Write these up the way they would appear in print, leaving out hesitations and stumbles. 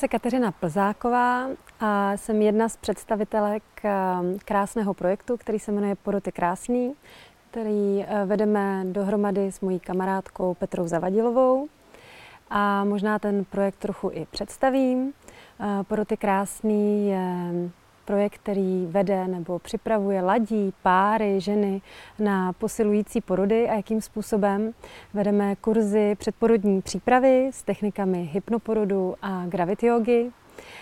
se Kateřina Plzáková a jsem jedna z představitelek krásného projektu, který se jmenuje Porod je krásný, který vedeme dohromady s mojí kamarádkou Petrou Zavadilovou. A možná ten projekt trochu i představím. Porod je krásný je projekt, který vede nebo připravuje, ladí páry, ženy na posilující porody a jakým způsobem. Vedeme kurzy předporodní přípravy s technikami hypnoporodu a gravity jogy.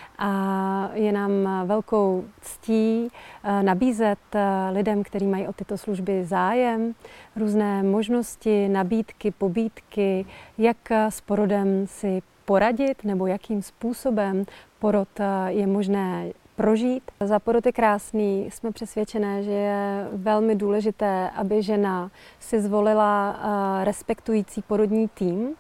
A je nám velkou ctí nabízet lidem, kteří mají o tyto služby zájem, různé možnosti, nabídky, pobídky, jak s porodem si poradit nebo jakým způsobem porod je možné prožít. Za Porod je krásný jsme přesvědčené, že je velmi důležité, aby žena si zvolila respektující porodní tým.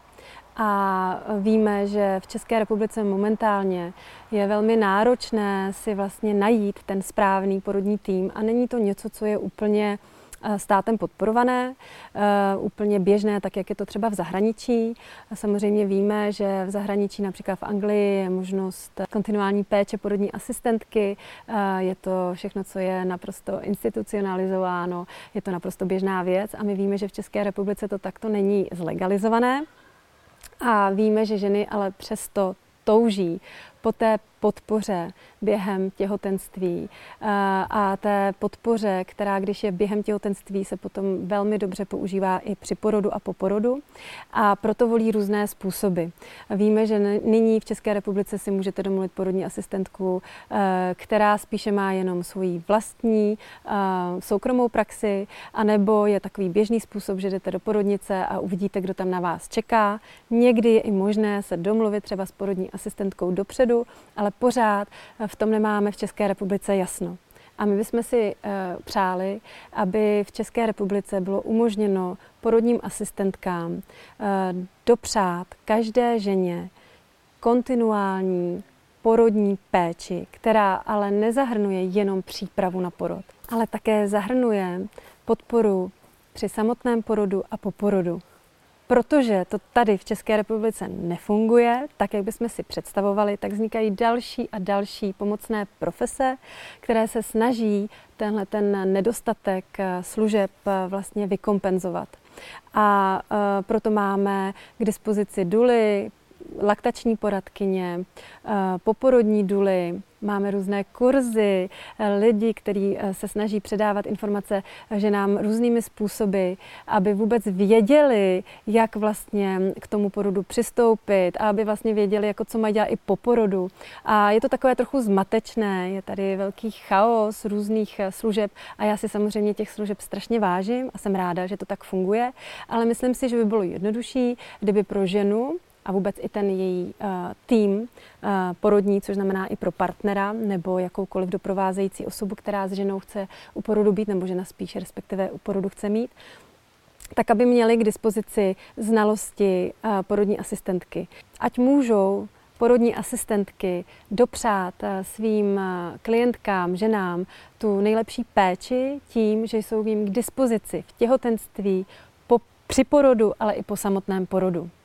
A víme, že v České republice momentálně je velmi náročné si vlastně najít ten správný porodní tým a není to něco, co je úplně státem podporované, úplně běžné, tak jak je to třeba v zahraničí. Samozřejmě víme, že v zahraničí, například v Anglii, je možnost kontinuální péče porodní asistentky. Je to všechno, co je naprosto institucionalizováno, je to naprosto běžná věc a my víme, že v České republice to takto není zlegalizované. A víme, že ženy ale přesto touží po té podpoře během těhotenství a té podpoře, která když je během těhotenství, se potom velmi dobře používá i při porodu a po porodu a proto volí různé způsoby. Víme, že nyní v České republice si můžete domluvit porodní asistentku, která spíše má jenom svoji vlastní soukromou praxi, anebo je takový běžný způsob, že jdete do porodnice a uvidíte, kdo tam na vás čeká. Někdy je i možné se domluvit třeba s porodní asistentkou dopředu, ale pořád v tom nemáme v České republice jasno. A my bychom si přáli, aby v České republice bylo umožněno porodním asistentkám dopřát každé ženě kontinuální porodní péči, která ale nezahrnuje jenom přípravu na porod, ale také zahrnuje podporu při samotném porodu a po porodu. Protože to tady v České republice nefunguje, tak jak bychom si představovali, tak vznikají další a další pomocné profese, které se snaží ten nedostatek služeb vlastně vykompenzovat. A proto máme k dispozici duly, laktační poradkyně, poporodní duly, máme různé kurzy, lidi, kteří se snaží předávat informace ženám různými způsoby, aby vůbec věděli, jak vlastně k tomu porodu přistoupit a aby vlastně věděli, jako co mají dělat i po porodu. A je to takové trochu zmatečné, je tady velký chaos různých služeb a já si samozřejmě těch služeb strašně vážím a jsem ráda, že to tak funguje, ale myslím si, že by bylo jednodušší, kdyby pro ženu a vůbec i ten její tým porodní, což znamená i pro partnera nebo jakoukoliv doprovázející osobu, která s ženou chce u porodu být, nebo žena spíš respektive u porodu chce mít, tak aby měli k dispozici znalosti porodní asistentky. Ať můžou porodní asistentky dopřát svým klientkám, ženám tu nejlepší péči tím, že jsou jim k dispozici v těhotenství, při porodu, ale i po samotném porodu.